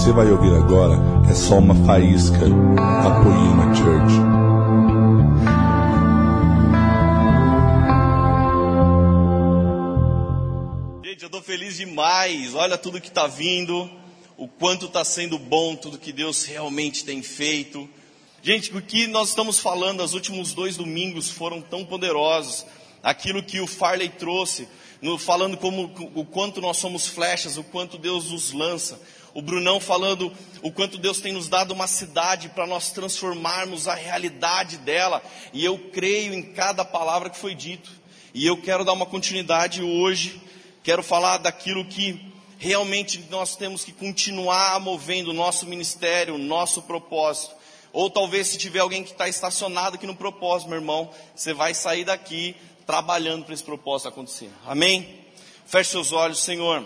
você vai ouvir agora é só uma faísca da Poema Church. Gente, eu estou feliz demais. Olha tudo que está vindo, o quanto está sendo bom, tudo que Deus realmente tem feito. Gente, o que nós estamos falando, os últimos 2 domingos foram tão poderosos. Aquilo que o Farley trouxe, falando o quanto nós somos flechas, o quanto Deus nos lança. O Brunão falando o quanto Deus tem nos dado uma cidade para nós transformarmos a realidade dela. E eu creio em cada palavra que foi dito. E eu quero dar uma continuidade hoje. Quero falar daquilo que realmente nós temos que continuar movendo o nosso ministério, o nosso propósito. Ou talvez se tiver alguém que está estacionado aqui no propósito, meu irmão, você vai sair daqui trabalhando para esse propósito acontecer. Amém? Feche seus olhos, Senhor.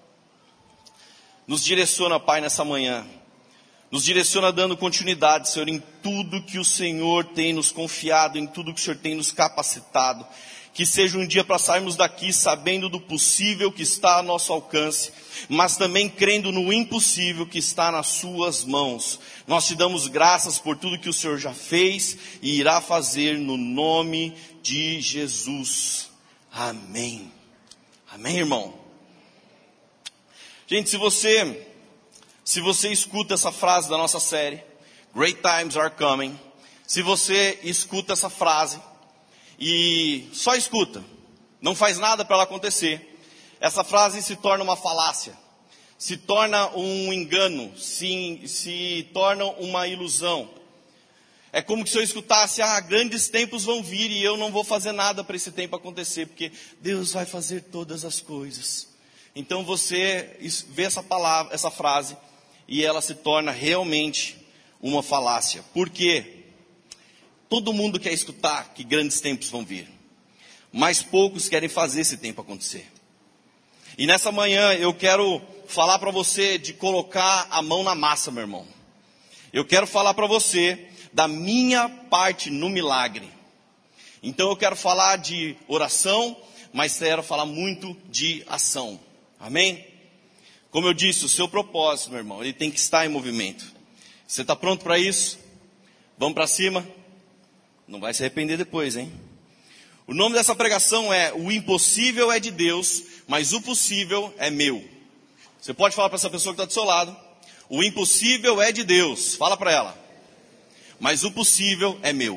Nos direciona, Pai, nessa manhã. Nos direciona dando continuidade, Senhor, em tudo que o Senhor tem nos confiado, em tudo que o Senhor tem nos capacitado. Que seja um dia para sairmos daqui sabendo do possível que está a nosso alcance, mas também crendo no impossível que está nas suas mãos. Nós te damos graças por tudo que o Senhor já fez e irá fazer no nome de Jesus. Amém. Amém, irmão? Gente, se você escuta essa frase da nossa série, Great Times Are Coming, se você escuta essa frase e só escuta, não faz nada para ela acontecer, essa frase se torna uma falácia, se torna um engano, se torna uma ilusão. É como se eu escutasse, grandes tempos vão vir e eu não vou fazer nada para esse tempo acontecer, porque Deus vai fazer todas as coisas. Então você vê essa frase e ela se torna realmente uma falácia. Por quê? Todo mundo quer escutar que grandes tempos vão vir, mas poucos querem fazer esse tempo acontecer. E nessa manhã eu quero falar para você de colocar a mão na massa, meu irmão. Eu quero falar para você da minha parte no milagre. Então eu quero falar de oração, mas quero falar muito de ação. Amém? Como eu disse, o seu propósito, meu irmão, ele tem que estar em movimento. Você está pronto para isso? Vamos para cima? Não vai se arrepender depois, hein? O nome dessa pregação é O Impossível é de Deus, mas o possível é meu. Você pode falar para essa pessoa que está do seu lado: o impossível é de Deus. Fala para ela. Mas o possível é meu.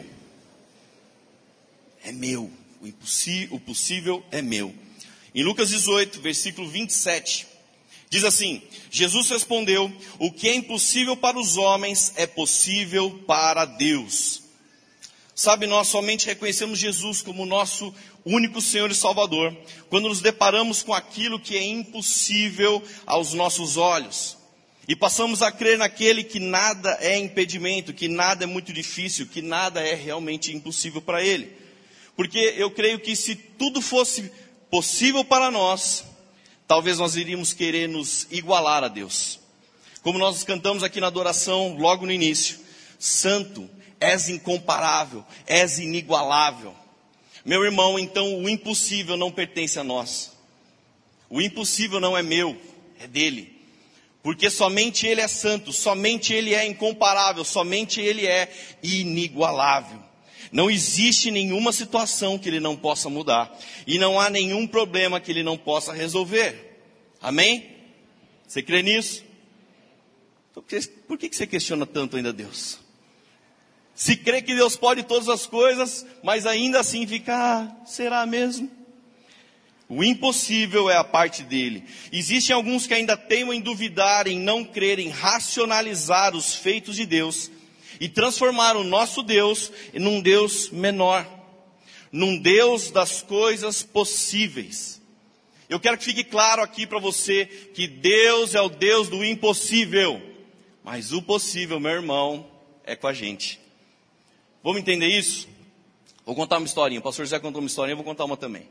É meu. O possível é meu. Em Lucas 18, versículo 27, diz assim: Jesus respondeu: o que é impossível para os homens é possível para Deus. Sabe, nós somente reconhecemos Jesus como nosso único Senhor e Salvador quando nos deparamos com aquilo que é impossível aos nossos olhos. E passamos a crer naquele que nada é impedimento, que nada é muito difícil, que nada é realmente impossível para Ele. Porque eu creio que se tudo fosse possível para nós, talvez nós iríamos querer nos igualar a Deus. Como nós cantamos aqui na adoração, logo no início: Santo, és incomparável, és inigualável. Meu irmão, então o impossível não pertence a nós. O impossível não é meu, é dele. Porque somente Ele é santo, somente Ele é incomparável, somente Ele é inigualável. Não existe nenhuma situação que Ele não possa mudar. E não há nenhum problema que Ele não possa resolver. Amém? Você crê nisso? Por que você questiona tanto ainda Deus? Se crê que Deus pode todas as coisas, mas ainda assim fica, será mesmo? O impossível é a parte dele. Existem alguns que ainda teimam em duvidar, em não crer, em racionalizar os feitos de Deus e transformar o nosso Deus num Deus menor, num Deus das coisas possíveis. Eu quero que fique claro aqui para você que Deus é o Deus do impossível, mas o possível, meu irmão, é com a gente. Vamos entender isso? Vou contar uma historinha. O pastor José contou uma historinha, eu vou contar uma também.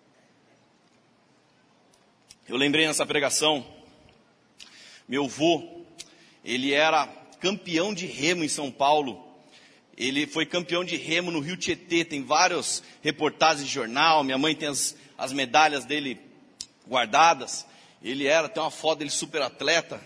Eu lembrei nessa pregação, meu avô, ele era campeão de remo em São Paulo. Ele foi campeão de remo no Rio Tietê, tem várias reportagens de jornal, minha mãe tem as medalhas dele guardadas. Ele tem uma foto dele super atleta,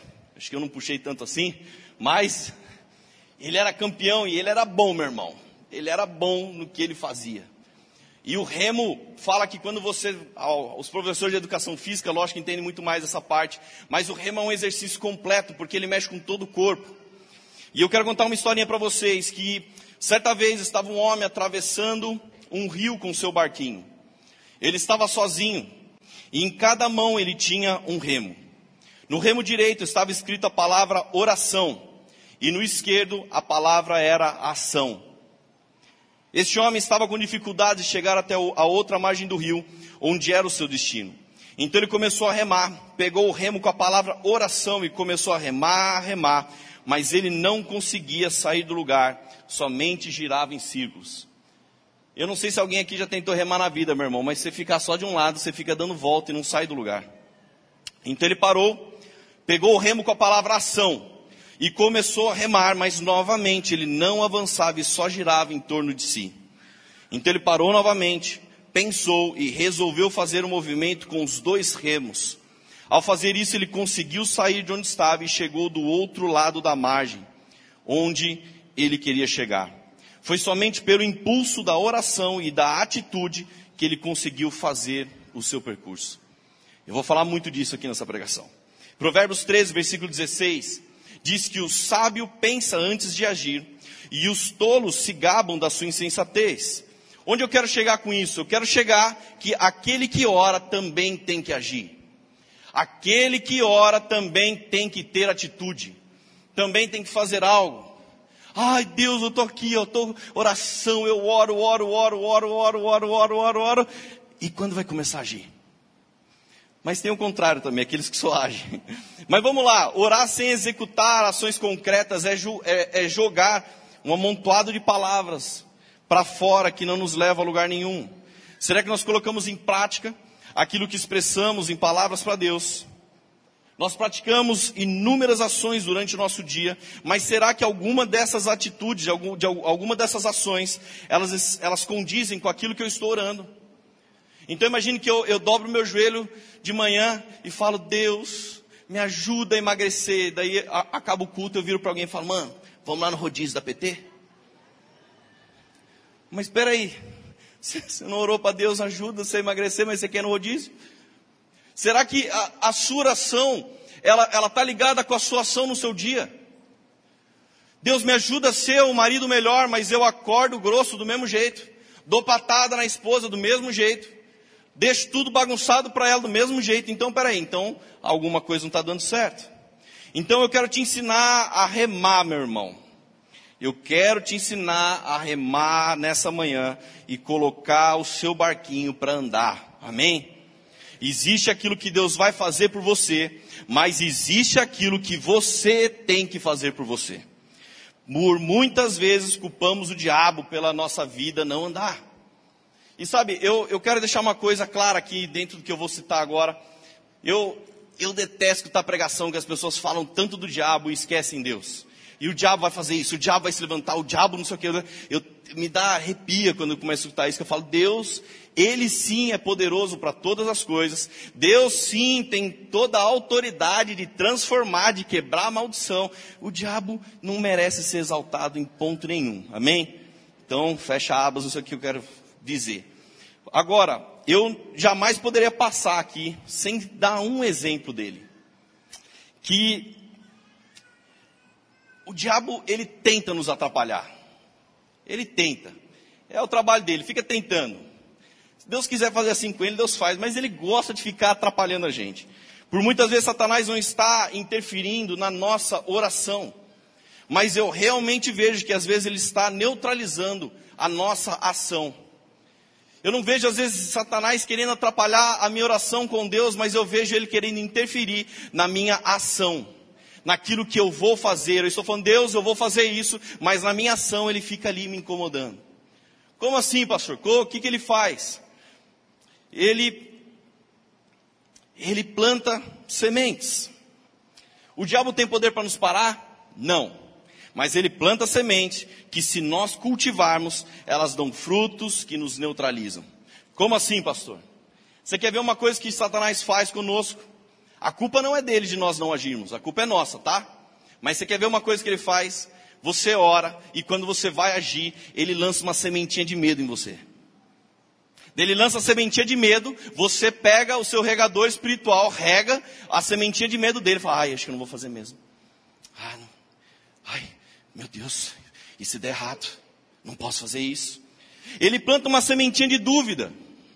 Acho que eu não puxei tanto assim, mas ele era campeão e ele era bom, meu irmão. Ele era bom no que ele fazia. E o remo fala que quando você, os professores de educação física, lógico que entendem muito mais essa parte, mas o remo é um exercício completo, porque ele mexe com todo o corpo. E eu quero contar uma historinha para vocês, que certa vez estava um homem atravessando um rio com seu barquinho. Ele estava sozinho, e em cada mão ele tinha um remo. No remo direito estava escrito a palavra oração, e no esquerdo a palavra era ação. Este homem estava com dificuldade de chegar até a outra margem do rio, onde era o seu destino. Então ele começou a remar, pegou o remo com a palavra oração e começou a remar, mas ele não conseguia sair do lugar, somente girava em círculos. Eu não sei se alguém aqui já tentou remar na vida, meu irmão, mas se você ficar só de um lado, você fica dando volta e não sai do lugar. Então ele parou, pegou o remo com a palavra ação e começou a remar, mas novamente ele não avançava e só girava em torno de si. Então ele parou novamente, pensou e resolveu fazer um movimento com os dois remos. Ao fazer isso, ele conseguiu sair de onde estava e chegou do outro lado da margem, onde ele queria chegar. Foi somente pelo impulso da oração e da atitude que ele conseguiu fazer o seu percurso. Eu vou falar muito disso aqui nessa pregação. Provérbios 13, versículo 16, diz que o sábio pensa antes de agir e os tolos se gabam da sua insensatez. Onde eu quero chegar com isso? Eu quero chegar que aquele que ora também tem que agir. Aquele que ora também tem que ter atitude. Também tem que fazer algo. Ai Deus, eu estou aqui, eu estou oração, eu oro. E quando vai começar a agir? Mas tem o contrário também, aqueles que só agem. Mas vamos lá, orar sem executar ações concretas é jogar um amontoado de palavras para fora que não nos leva a lugar nenhum. Será que nós colocamos em prática aquilo que expressamos em palavras para Deus? Nós praticamos inúmeras ações durante o nosso dia, mas será que alguma dessas atitudes, alguma dessas ações, elas condizem com aquilo que eu estou orando? Então imagine que eu dobro o meu joelho de manhã e falo, Deus, me ajuda a emagrecer. Daí acaba o culto, eu viro para alguém e falo, mano, vamos lá no rodízio da PT? Mas espera aí, você não orou para Deus, ajuda você a emagrecer, mas você quer no rodízio? Será que a sua oração, ela está ligada com a sua ação no seu dia? Deus me ajuda a ser um marido melhor, mas eu acordo grosso do mesmo jeito. Dou patada na esposa do mesmo jeito. Deixo tudo bagunçado para ela do mesmo jeito. Então, peraí, então alguma coisa não está dando certo. Então eu quero te ensinar a remar, meu irmão. Eu quero te ensinar a remar nessa manhã e colocar o seu barquinho para andar. Amém? Existe aquilo que Deus vai fazer por você, mas existe aquilo que você tem que fazer por você. Por muitas vezes culpamos o diabo pela nossa vida não andar. E sabe, eu quero deixar uma coisa clara aqui dentro do que eu vou citar agora. Eu detesto escutar pregação que as pessoas falam tanto do diabo e esquecem Deus. E o diabo vai fazer isso, o diabo vai se levantar, o diabo não sei o que. Me dá arrepia quando eu começo a escutar isso, que eu falo, Deus, Ele sim é poderoso para todas as coisas. Deus sim tem toda a autoridade de transformar, de quebrar a maldição. O diabo não merece ser exaltado em ponto nenhum, amém? Então, fecha abas, isso aqui eu quero dizer. Agora, eu jamais poderia passar aqui sem dar um exemplo dele. Que o diabo, ele tenta nos atrapalhar. Ele tenta. É o trabalho dele, fica tentando. Se Deus quiser fazer assim com ele, Deus faz. Mas ele gosta de ficar atrapalhando a gente. Por muitas vezes Satanás não está interferindo na nossa oração. Mas eu realmente vejo que às vezes ele está neutralizando a nossa ação. Eu não vejo às vezes Satanás querendo atrapalhar a minha oração com Deus, mas eu vejo ele querendo interferir na minha ação. Naquilo que eu vou fazer. Eu estou falando, Deus, eu vou fazer isso, mas na minha ação ele fica ali me incomodando. Como assim, pastor? O que ele faz? Ele planta sementes. O diabo tem poder para nos parar? Não. Mas ele planta semente que, se nós cultivarmos, elas dão frutos que nos neutralizam. Como assim, pastor? Você quer ver uma coisa que Satanás faz conosco? A culpa não é dele de nós não agirmos, a culpa é nossa, tá? Mas você quer ver uma coisa que ele faz? Você ora e quando você vai agir, ele lança uma sementinha de medo em você. Ele lança a sementinha de medo, você pega o seu regador espiritual, rega a sementinha de medo dele e fala, acho que eu não vou fazer mesmo. Meu Deus, e se der errado? Não posso fazer isso. Ele planta uma sementinha de dúvida.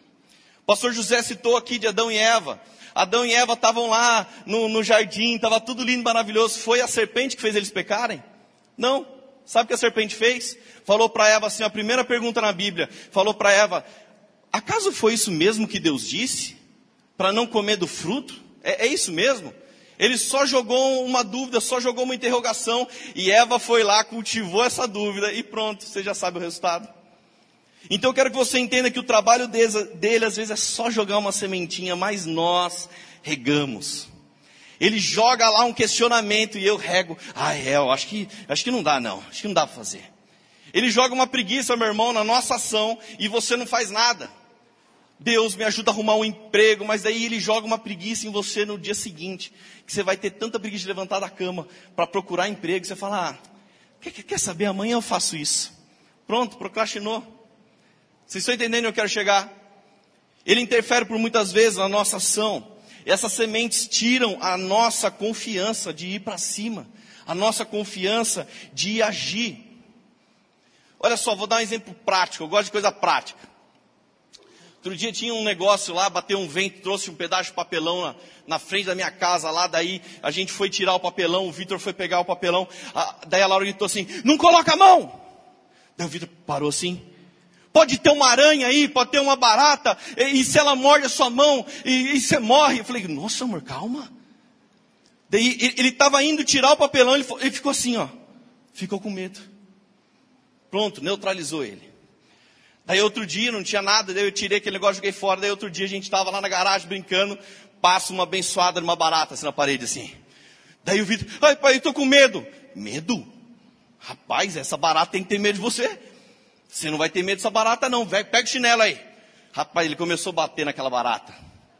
O pastor José citou aqui de Adão e Eva. Adão e Eva estavam lá no jardim, estava tudo lindo, maravilhoso. Foi a serpente que fez eles pecarem? Não. Sabe o que a serpente fez? Falou para Eva assim, a primeira pergunta na Bíblia, falou para Eva, acaso foi isso mesmo que Deus disse? Para não comer do fruto? É isso mesmo? Ele só jogou uma dúvida, só jogou uma interrogação, e Eva foi lá, cultivou essa dúvida, e pronto, você já sabe o resultado. Então eu quero que você entenda que o trabalho dele às vezes é só jogar uma sementinha, mas nós regamos. Ele joga lá um questionamento e eu rego. Eu acho que não dá não, acho que não dá para fazer. Ele joga uma preguiça, meu irmão, na nossa ação e você não faz nada. Deus me ajuda a arrumar um emprego, mas daí ele joga uma preguiça em você no dia seguinte, que você vai ter tanta preguiça de levantar da cama para procurar emprego, você fala, quer saber, amanhã eu faço isso. Pronto, procrastinou. Vocês estão entendendo onde eu quero chegar? Ele interfere por muitas vezes na nossa ação. Essas sementes tiram a nossa confiança de ir para cima. A nossa confiança de agir. Olha só, vou dar um exemplo prático. Eu gosto de coisa prática. Outro dia tinha um negócio lá, bateu um vento, trouxe um pedaço de papelão na frente da minha casa lá. Daí a gente foi tirar o papelão, o Vitor foi pegar o papelão. Daí a Laura gritou assim, não coloca a mão! Daí o Vitor parou assim. Pode ter uma aranha aí, pode ter uma barata, e se ela morde a sua mão, e você morre. Eu falei, nossa amor, calma. Daí ele estava indo tirar o papelão, ele ficou assim, ficou com medo. Pronto, neutralizou ele. Daí outro dia, não tinha nada, daí eu tirei aquele negócio, joguei fora. Daí outro dia a gente estava lá na garagem brincando, passa uma abençoada numa barata assim na parede assim. Daí o Vitor, pai, eu estou com medo. Medo? Rapaz, essa barata tem que ter medo de você. Você não vai ter medo dessa barata não, pega o chinelo aí. Rapaz, ele começou a bater naquela barata.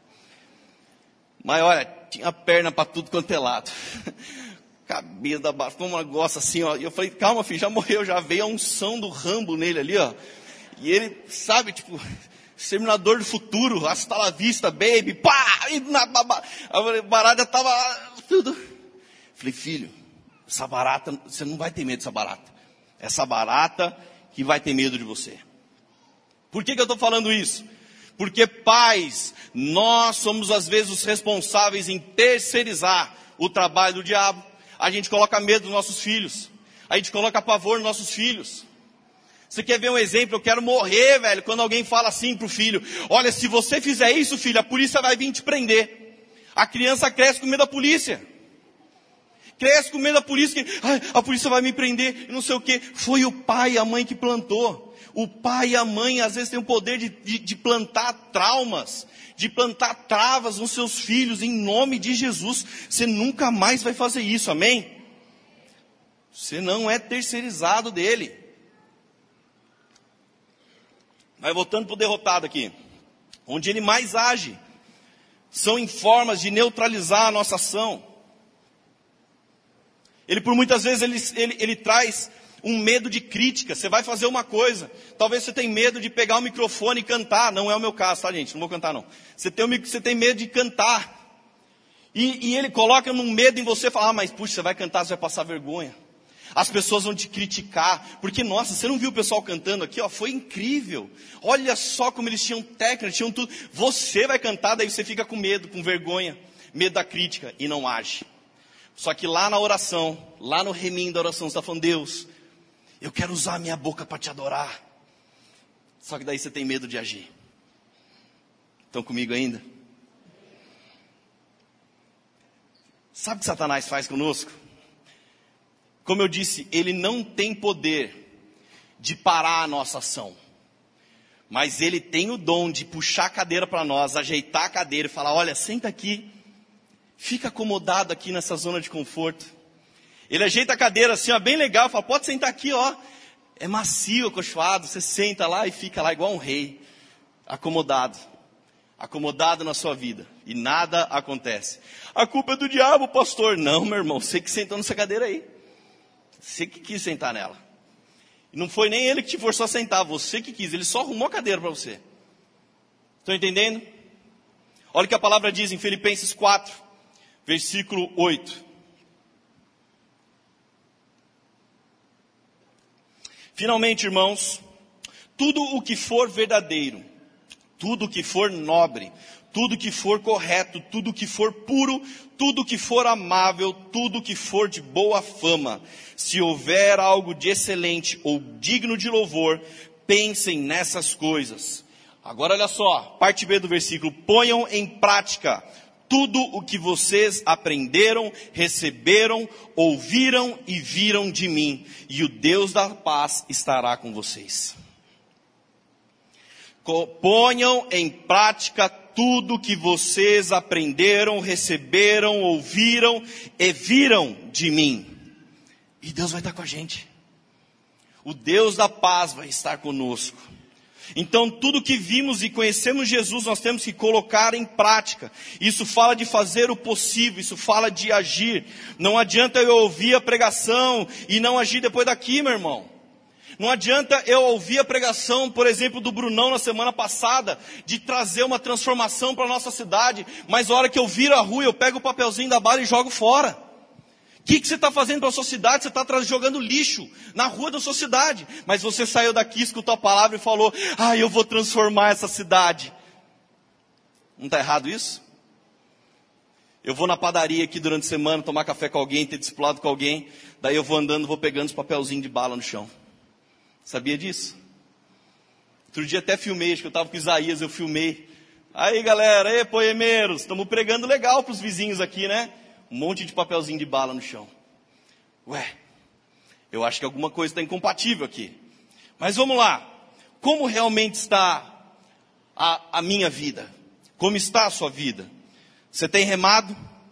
Mas olha, tinha perna para tudo quanto é lado. Cabeça da barata, ficou um negócio assim, E eu falei, calma filho, já morreu, já veio a unção do Rambo nele ali, E ele, sabe, Exterminador do Futuro, hasta la vista, baby, pá! A barata estava tudo. Falei, filho, essa barata, você não vai ter medo dessa barata. Essa barata que vai ter medo de você. Por que eu estou falando isso? Porque pais, nós somos às vezes os responsáveis em terceirizar o trabalho do diabo. A gente coloca medo nos nossos filhos. A gente coloca pavor nos nossos filhos. Você quer ver um exemplo? Eu quero morrer, velho, quando alguém fala assim pro filho. Olha, se você fizer isso, filho, a polícia vai vir te prender. A criança cresce com medo da polícia. Cresce com medo da polícia, a polícia vai me prender, não sei o quê. Foi o pai e a mãe que plantou. O pai e a mãe às vezes têm o poder de plantar traumas, de plantar travas nos seus filhos, em nome de Jesus. Você nunca mais vai fazer isso, amém? Você não é terceirizado dele. Mas voltando para o derrotado aqui, onde ele mais age, são em formas de neutralizar a nossa ação. Ele por muitas vezes ele traz um medo de crítica. Você vai fazer uma coisa, talvez você tenha medo de pegar o microfone e cantar. Não é o meu caso, tá gente? Não vou cantar não. Você tem medo de cantar. E ele coloca um medo em você, fala, mas puxa, você vai cantar, você vai passar vergonha. As pessoas vão te criticar, porque nossa, você não viu o pessoal cantando aqui, foi incrível. Olha só como eles tinham técnica, tinham tudo. Você vai cantar, daí você fica com medo, com vergonha, medo da crítica e não age. Só que lá na oração, lá no reminho da oração, você está falando, Deus, eu quero usar a minha boca para te adorar. Só que daí você tem medo de agir. Estão comigo ainda? Sabe o que Satanás faz conosco? Como eu disse, ele não tem poder de parar a nossa ação. Mas ele tem o dom de puxar a cadeira para nós, ajeitar a cadeira e falar, olha, senta aqui. Fica acomodado aqui nessa zona de conforto. Ele ajeita a cadeira assim, bem legal. Fala, pode sentar aqui, É macio, acolchoado. Você senta lá e fica lá igual um rei. Acomodado. acomodado na sua vida, e nada acontece. A culpa é do diabo, pastor. Não, meu irmão, você que sentou nessa cadeira aí. Você que quis sentar nela. Não foi nem ele que te forçou a sentar, você que quis. Ele só arrumou a cadeira para você. Estão entendendo? Olha o que a palavra diz em Filipenses 4, versículo 8. Finalmente, irmãos, tudo o que for verdadeiro, tudo o que for nobre, tudo o que for correto, tudo o que for puro, tudo o que for amável, tudo o que for de boa fama, se houver algo de excelente ou digno de louvor, pensem nessas coisas. Agora olha só, parte B do versículo: ponham em prática tudo o que vocês aprenderam, receberam, ouviram e viram de mim, e o Deus da paz estará com vocês. Ponham em prática tudo o que vocês aprenderam, receberam, ouviram e viram de mim. E Deus vai estar com a gente. O Deus da paz vai estar conosco. Então, tudo que vimos e conhecemos Jesus, nós temos que colocar em prática. Isso fala de fazer o possível, isso fala de agir. Não adianta eu ouvir a pregação e não agir depois daqui, meu irmão. Não adianta eu ouvir a pregação, por exemplo, do Brunão na semana passada, de trazer uma transformação para a nossa cidade, mas a hora que eu viro a rua, eu pego o papelzinho da bala e jogo fora. O que você está fazendo para a sua cidade? Você está jogando lixo na rua da sua cidade. Mas você saiu daqui, escutou a palavra e falou: eu vou transformar essa cidade. Não está errado isso? Eu vou na padaria aqui durante a semana, tomar café com alguém, ter discipulado com alguém. Daí eu vou andando, vou pegando os papelzinhos de bala no chão. Sabia disso? Outro dia até filmei, acho que eu estava com Isaías, eu filmei. Aí galera, aí poemeiros, estamos pregando legal para os vizinhos aqui, né? Um monte de papelzinho de bala no chão. Ué, eu acho que alguma coisa está incompatível aqui. Mas vamos lá. Como realmente está a minha vida? Como está a sua vida? Você tem remado?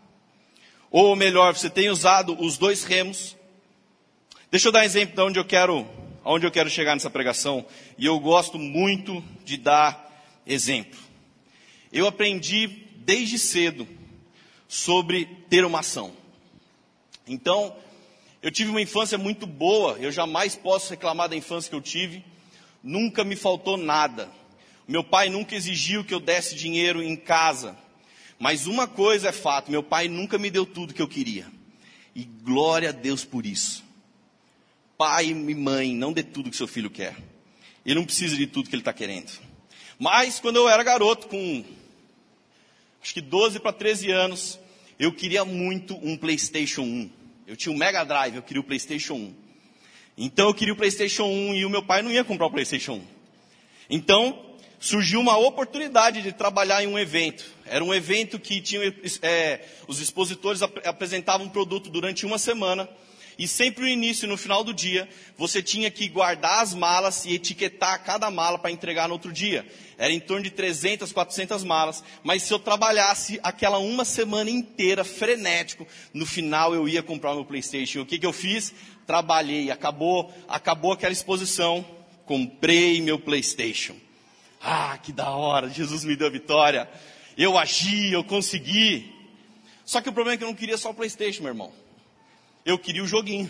Ou melhor, você tem usado os dois remos? Deixa eu dar um exemplo de onde eu quero chegar nessa pregação. E eu gosto muito de dar exemplo. Eu aprendi desde cedo sobre ter uma ação. Então, eu tive uma infância muito boa, eu jamais posso reclamar da infância que eu tive, nunca me faltou nada. Meu pai nunca exigiu que eu desse dinheiro em casa, mas uma coisa é fato, meu pai nunca me deu tudo que eu queria, e glória a Deus por isso. Pai e mãe, não dê tudo que seu filho quer, ele não precisa de tudo que ele está querendo. Mas quando eu era garoto, com acho que 12 para 13 anos, eu queria muito um PlayStation 1. Eu tinha um Mega Drive, eu queria o PlayStation 1. Então eu queria o PlayStation 1 e o meu pai não ia comprar o PlayStation 1. Então surgiu uma oportunidade de trabalhar em um evento. Era um evento que tinha, os expositores apresentavam um produto durante uma semana. E sempre no início e no final do dia, você tinha que guardar as malas e etiquetar cada mala para entregar no outro dia. Era em torno de 300, 400 malas. Mas se eu trabalhasse aquela uma semana inteira, frenético, no final eu ia comprar o meu PlayStation. O que eu fiz? Trabalhei, acabou aquela exposição, comprei meu PlayStation. Ah, que da hora, Jesus me deu a vitória. Eu agi, eu consegui. Só que o problema é que eu não queria só o PlayStation, meu irmão. Eu queria o joguinho.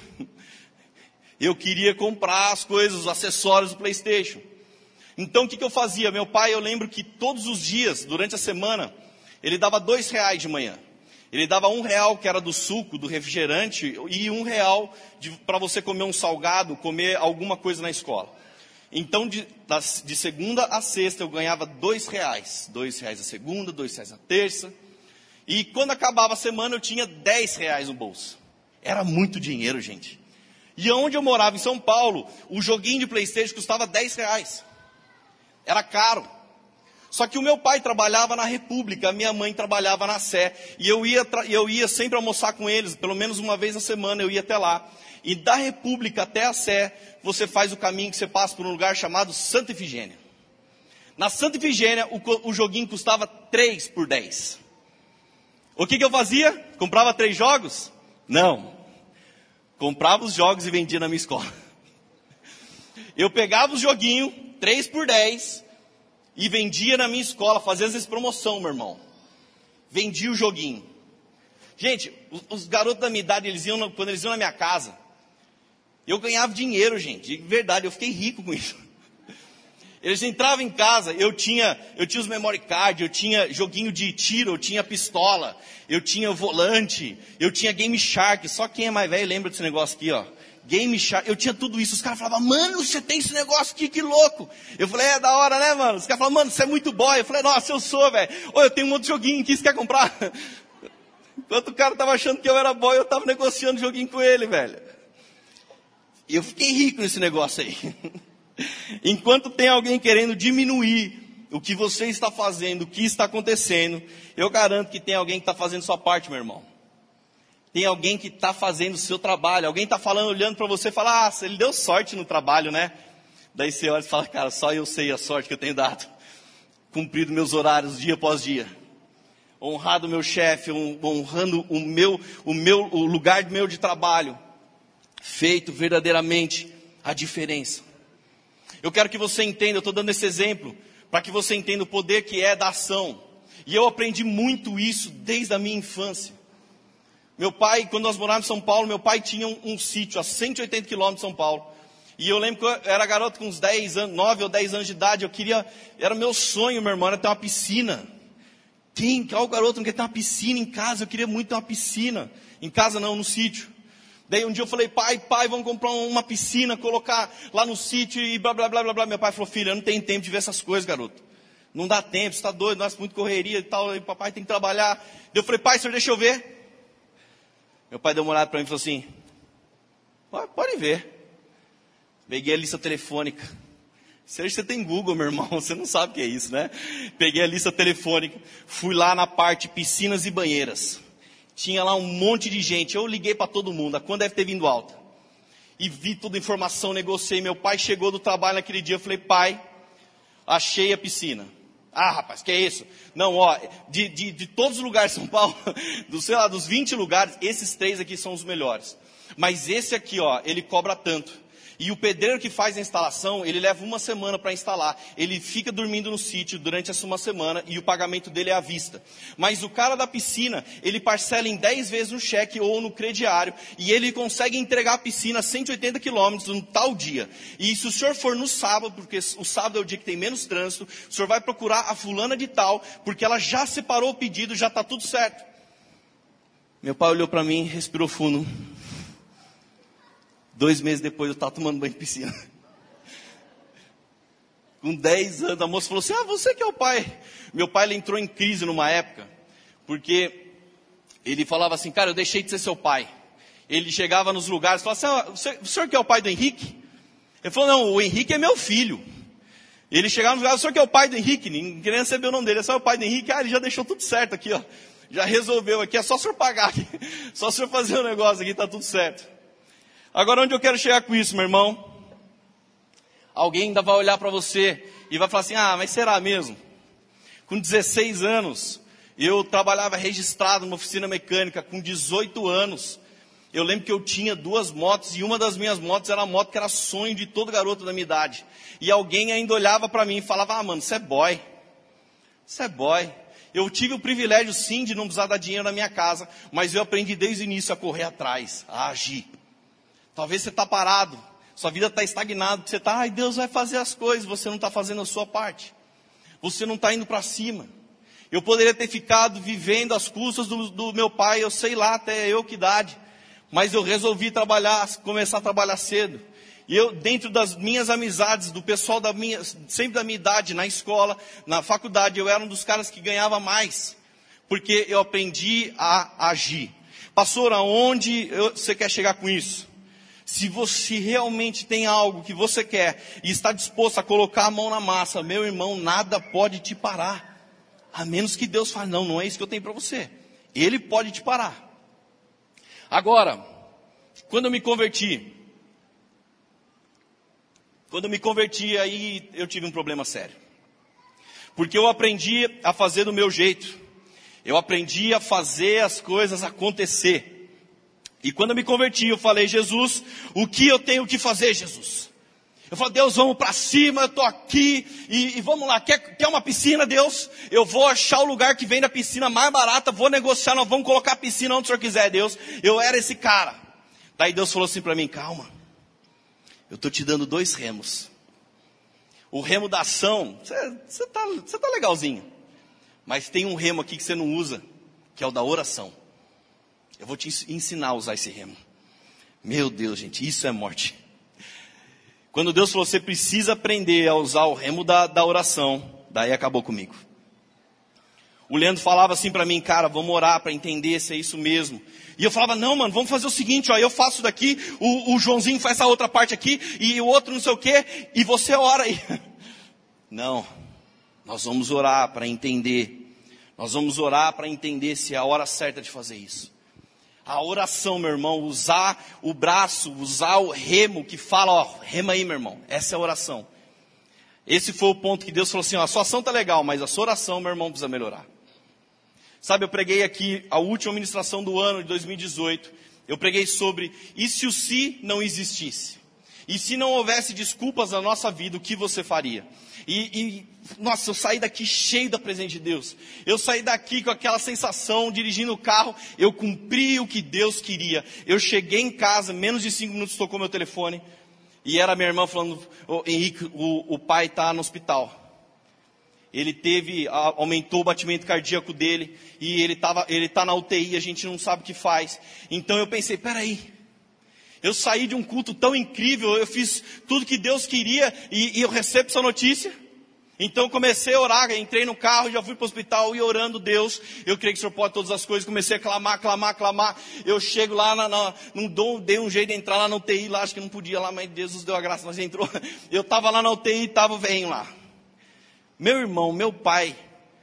Eu queria comprar as coisas, os acessórios do PlayStation. Então o que eu fazia? Meu pai, eu lembro que todos os dias, durante a semana, ele dava R$2 de manhã. Ele dava R$1 que era do suco, do refrigerante, e R$1 para você comer um salgado, comer alguma coisa na escola. Então de segunda a sexta eu ganhava R$2. R$2 a segunda, R$2 a terça. E quando acabava a semana eu tinha R$10 no bolso. Era muito dinheiro, gente. E onde eu morava, em São Paulo, o joguinho de PlayStation custava R$10. Era caro. Só que o meu pai trabalhava na República, a minha mãe trabalhava na Sé. E eu ia sempre almoçar com eles, pelo menos uma vez na semana eu ia até lá. E da República até a Sé, você faz o caminho que você passa por um lugar chamado Santa Efigênia. Na Santa Efigênia, o joguinho custava 3 por 10. O que eu fazia? Comprava 3 jogos? Não. Comprava os jogos e vendia na minha escola. Eu pegava os joguinhos, 3 por 10, e vendia na minha escola, fazia às vezes promoção, meu irmão. Vendia o joguinho. Gente, os garotos da minha idade, quando eles iam na minha casa, eu ganhava dinheiro, gente, de verdade, eu fiquei rico com isso. Eles entravam em casa, eu tinha os memory card, eu tinha joguinho de tiro, eu tinha pistola, eu tinha volante, eu tinha Game Shark. Só quem é mais velho lembra desse negócio aqui, ó. Game Shark, eu tinha tudo isso. Os caras falavam, mano, você tem esse negócio aqui, que louco. Eu falei, é da hora, né, mano? Os caras falavam, mano, você é muito boy. Eu falei, nossa, eu sou, velho. Ô, eu tenho um outro joguinho aqui, você quer comprar? Enquanto o cara tava achando que eu era boy, eu tava negociando joguinho com ele, velho. E eu fiquei rico nesse negócio aí. Enquanto tem alguém querendo diminuir o que você está fazendo, o que está acontecendo, eu garanto que tem alguém que está fazendo sua parte, meu irmão. Tem alguém que está fazendo o seu trabalho. Alguém está falando, olhando para você e fala, ele deu sorte no trabalho, né? Daí você olha e fala, cara, só eu sei a sorte que eu tenho dado. Cumprido meus horários dia após dia. Honrado o meu chefe, honrando o lugar meu de trabalho. Feito verdadeiramente a diferença. Eu quero que você entenda, eu estou dando esse exemplo, para que você entenda o poder que é da ação. E eu aprendi muito isso desde a minha infância. Meu pai, quando nós morávamos em São Paulo, meu pai tinha um sítio a 180 quilômetros de São Paulo. E eu lembro que eu era garoto com uns 10 anos, 9 ou 10 anos de idade, era meu sonho, meu irmão, era ter uma piscina. Qual garoto não quer ter uma piscina em casa? Eu queria muito ter uma piscina. Em casa não, no sítio. Daí um dia eu falei, pai, vamos comprar uma piscina, colocar lá no sítio e blá, blá, blá, blá, blá. Meu pai falou, filho, eu não tenho tempo de ver essas coisas, garoto. Não dá tempo, você está doido, nossa, muito correria e tal, e papai tem que trabalhar. Daí eu falei, pai, senhor, deixa eu ver. Meu pai deu uma olhada para mim e falou assim, pode ver. Peguei a lista telefônica. Você tem Google, meu irmão, você não sabe o que é isso, né? Peguei a lista telefônica, fui lá na parte piscinas e banheiras. Tinha lá um monte de gente, eu liguei para todo mundo, a conta deve ter vindo alta. E vi toda a informação, negociei, meu pai chegou do trabalho naquele dia, eu falei, pai, achei a piscina. Rapaz, que é isso? Não, de todos os lugares de São Paulo, dos 20 lugares, esses 3 aqui são os melhores. Mas esse aqui, ele cobra tanto. E o pedreiro que faz a instalação, ele leva 1 semana para instalar. Ele fica dormindo no sítio durante essa 1 semana e o pagamento dele é à vista. Mas o cara da piscina, ele parcela em 10 vezes no cheque ou no crediário. E ele consegue entregar a piscina a 180 quilômetros num tal dia. E se o senhor for no sábado, porque o sábado é o dia que tem menos trânsito, o senhor vai procurar a fulana de tal, porque ela já separou o pedido, já está tudo certo. Meu pai olhou para mim, respirou fundo. 2 meses depois eu estava tomando banho de piscina. Com 10 anos, a moça falou assim, você que é o pai. Meu pai, ele entrou em crise numa época, porque ele falava assim, cara, eu deixei de ser seu pai. Ele chegava nos lugares e falava assim, o senhor que é o pai do Henrique? Ele falou, não, o Henrique é meu filho. Ele chegava nos lugares, o senhor que é o pai do Henrique? Ninguém queria saber o nome dele, é só o pai do Henrique. Ele já deixou tudo certo aqui, já resolveu aqui, é só o senhor pagar aqui. Só o senhor fazer o negócio aqui, está tudo certo. Agora, onde eu quero chegar com isso, meu irmão? Alguém ainda vai olhar para você e vai falar assim, mas será mesmo? Com 16 anos, eu trabalhava registrado numa oficina mecânica. Com 18 anos, eu lembro que eu tinha 2 motos e uma das minhas motos era a moto que era sonho de todo garoto da minha idade. E alguém ainda olhava para mim e falava, mano, você é boy. Você é boy. Eu tive o privilégio, sim, de não precisar dar dinheiro na minha casa, mas eu aprendi desde o início a correr atrás, a agir. Talvez você está parado, sua vida está estagnada, você está, Deus vai fazer as coisas, você não está fazendo a sua parte. Você não está indo para cima. Eu poderia ter ficado vivendo às custas do meu pai, eu sei lá até eu que idade. Mas eu resolvi começar a trabalhar cedo. E eu, dentro das minhas amizades, do pessoal sempre da minha idade, na escola, na faculdade, eu era um dos caras que ganhava mais. Porque eu aprendi a agir. Pastor, aonde você quer chegar com isso? Se você realmente tem algo que você quer e está disposto a colocar a mão na massa, meu irmão, nada pode te parar. A menos que Deus fale, não é isso que eu tenho para você. Ele pode te parar. Agora, quando eu me converti, aí eu tive um problema sério. Porque eu aprendi a fazer do meu jeito. Eu aprendi a fazer as coisas acontecer. E quando eu me converti, eu falei, Jesus, o que eu tenho que fazer, Jesus? Eu falo, Deus, vamos para cima, eu estou aqui e vamos lá. Quer uma piscina, Deus? Eu vou achar o lugar que vende a piscina mais barata, vou negociar, nós vamos colocar a piscina onde o Senhor quiser, Deus. Eu era esse cara. Daí Deus falou assim para mim, calma, eu estou te dando 2 remos. O remo da ação, você tá legalzinho. Mas tem um remo aqui que você não usa, que é o da oração. Eu vou te ensinar a usar esse remo. Meu Deus, gente, isso é morte. Quando Deus falou, você precisa aprender a usar o remo da oração, daí acabou comigo. O Leandro falava assim para mim, cara, vamos orar para entender se é isso mesmo. E eu falava, não, mano, vamos fazer o seguinte, ó, eu faço daqui, o Joãozinho faz essa outra parte aqui, e o outro não sei o quê, e você ora aí. Não, nós vamos orar para entender. Nós vamos orar para entender se é a hora certa de fazer isso. A oração, meu irmão, usar o braço, usar o remo que fala, ó, rema aí, meu irmão. Essa é a oração. Esse foi o ponto que Deus falou assim, ó, a sua ação tá legal, mas a sua oração, meu irmão, precisa melhorar. Sabe, eu preguei aqui a última ministração do ano de 2018. Eu preguei sobre, e se o se não existisse? E se não houvesse desculpas na nossa vida, o que você faria? Nossa, eu saí daqui cheio da presença de Deus. Eu saí daqui com aquela sensação, dirigindo o carro, eu cumpri o que Deus queria. Eu cheguei em casa, menos de 5 minutos tocou meu telefone, e era minha irmã falando, Henrique, o pai está no hospital. Ele aumentou o batimento cardíaco dele, e ele tá na UTI, a gente não sabe o que faz. Então eu pensei, peraí, eu saí de um culto tão incrível, eu fiz tudo que Deus queria, e eu recebo essa notícia. Então eu comecei a orar, entrei no carro, já fui para o hospital e orando, Deus, eu creio que o Senhor pode todas as coisas, comecei a clamar, eu chego lá, dei um jeito de entrar lá na UTI, lá, acho que não podia lá, mas Deus nos deu a graça, nós entrou, eu estava lá na UTI e estava o velhinho lá. Meu irmão, meu pai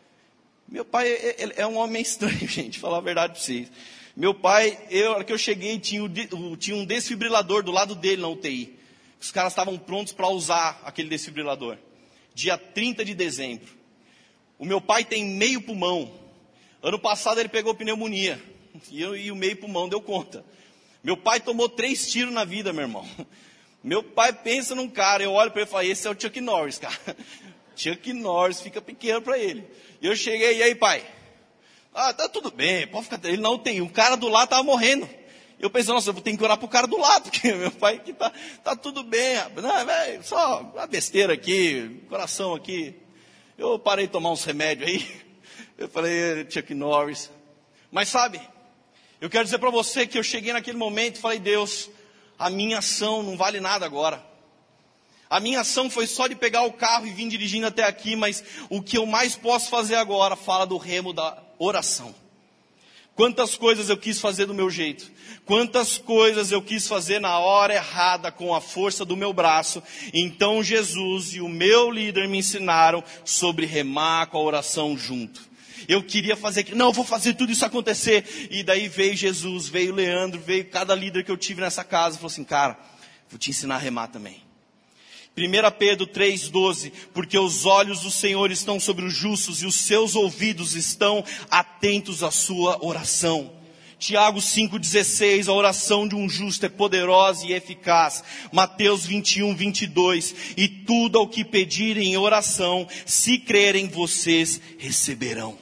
é um homem estranho, gente, falar a verdade para vocês. Meu pai, na hora que eu cheguei, tinha um desfibrilador do lado dele na UTI. Os caras estavam prontos para usar aquele desfibrilador. Dia 30 de dezembro. O meu pai tem meio pulmão. Ano passado ele pegou pneumonia. E o meio pulmão deu conta. Meu pai tomou 3 tiros na vida, meu irmão. Meu pai pensa num cara, eu olho para ele e falo, esse é o Chuck Norris, cara. Chuck Norris fica pequeno para ele. E eu cheguei, e aí, pai? Ah, tá tudo bem, pode ficar. Ele não tem, o cara do lado estava morrendo. Eu pensei, nossa, eu vou ter que orar pro cara do lado, porque meu pai que tá tudo bem. Não, véio, só uma besteira aqui, coração aqui. Eu parei de tomar uns remédios aí. Eu falei, Chuck Norris. Mas sabe, eu quero dizer para você que eu cheguei naquele momento e falei, Deus, a minha ação não vale nada agora. A minha ação foi só de pegar o carro e vir dirigindo até aqui, mas o que eu mais posso fazer agora fala do remo da oração. Quantas coisas eu quis fazer do meu jeito. Quantas coisas eu quis fazer na hora errada, com a força do meu braço. Então Jesus e o meu líder me ensinaram sobre remar com a oração junto. Eu queria fazer, não, eu vou fazer tudo isso acontecer. E daí veio Jesus, veio Leandro, veio cada líder que eu tive nessa casa. Falou assim, cara, vou te ensinar a remar também. 1 Pedro 3,12, porque os olhos do Senhor estão sobre os justos e os seus ouvidos estão atentos à sua oração. Tiago 5,16, a oração de um justo é poderosa e eficaz. Mateus 21:22, e tudo ao que pedirem em oração, se crerem vocês receberão.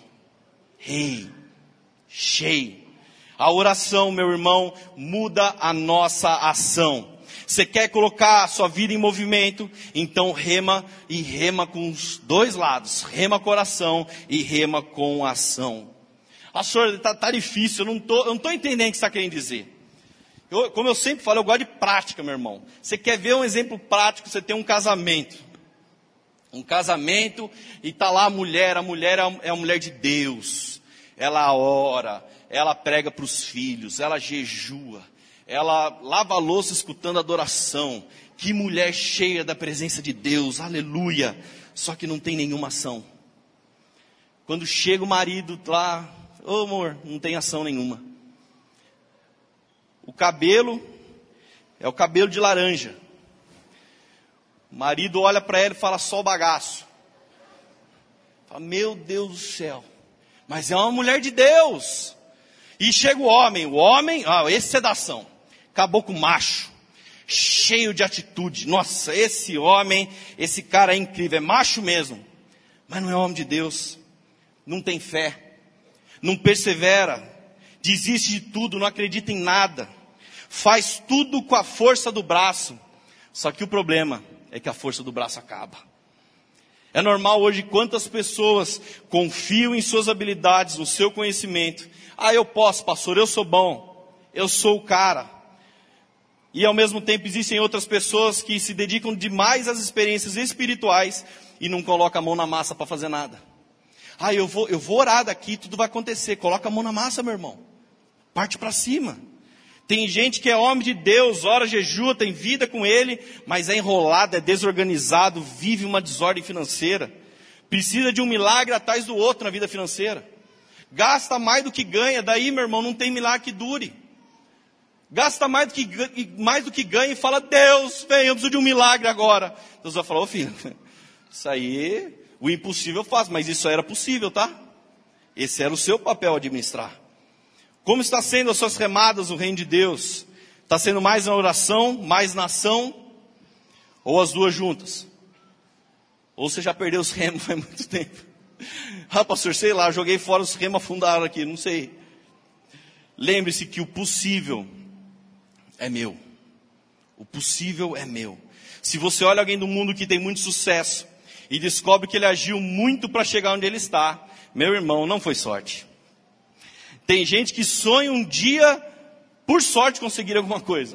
Cheio. A oração, meu irmão, muda a nossa ação. Você quer colocar a sua vida em movimento, então rema com os 2 lados. Rema com oração e rema com ação. Pastor, tá difícil, eu não tô entendendo o que você está querendo dizer. Como eu sempre falo, eu gosto de prática, meu irmão. Você quer ver um exemplo prático, você tem um casamento. Um casamento e tá lá a mulher é a mulher de Deus. Ela ora, ela prega para os filhos, ela jejua. Ela lava a louça escutando adoração. Que mulher cheia da presença de Deus, aleluia. Só que não tem nenhuma ação. Quando chega o marido lá, ô amor, não tem ação nenhuma. O cabelo é o cabelo de laranja. O marido olha para ela e fala, só o bagaço. Fala, meu Deus do céu. Mas é uma mulher de Deus. E chega o homem, esse é da ação. Caboclo macho, cheio de atitude. Nossa, esse homem, esse cara é incrível, é macho mesmo. Mas não é homem de Deus, não tem fé, não persevera, desiste de tudo, não acredita em nada, faz tudo com a força do braço. Só que o problema é que a força do braço acaba. É normal hoje quantas pessoas confiam em suas habilidades, no seu conhecimento. Ah, eu posso, pastor, eu sou bom, eu sou o cara. E ao mesmo tempo existem outras pessoas que se dedicam demais às experiências espirituais e não colocam a mão na massa para fazer nada. Ah, eu vou orar daqui, tudo vai acontecer. Coloca a mão na massa, meu irmão. Parte para cima. Tem gente que é homem de Deus, ora, jejua, tem vida com ele, mas é enrolado, é desorganizado, vive uma desordem financeira. Precisa de um milagre atrás do outro na vida financeira. Gasta mais do que ganha, daí, meu irmão, não tem milagre que dure. Gasta mais do que ganha e fala, Deus, vem, eu preciso de um milagre agora. Deus vai falar, ô filho, isso aí, o impossível eu faço, mas isso era possível, tá? Esse era o seu papel administrar. Como está sendo as suas remadas no reino de Deus? Está sendo mais na oração, mais na ação? Ou as duas juntas? Ou você já perdeu os remos faz muito tempo? Ah, pastor, sei lá, joguei fora os remos, afundaram aqui, não sei. Lembre-se que o possível é meu. O possível é meu. Se você olha alguém do mundo que tem muito sucesso e descobre que ele agiu muito para chegar onde ele está, meu irmão, não foi sorte. Tem gente que sonha um dia, por sorte, conseguir alguma coisa.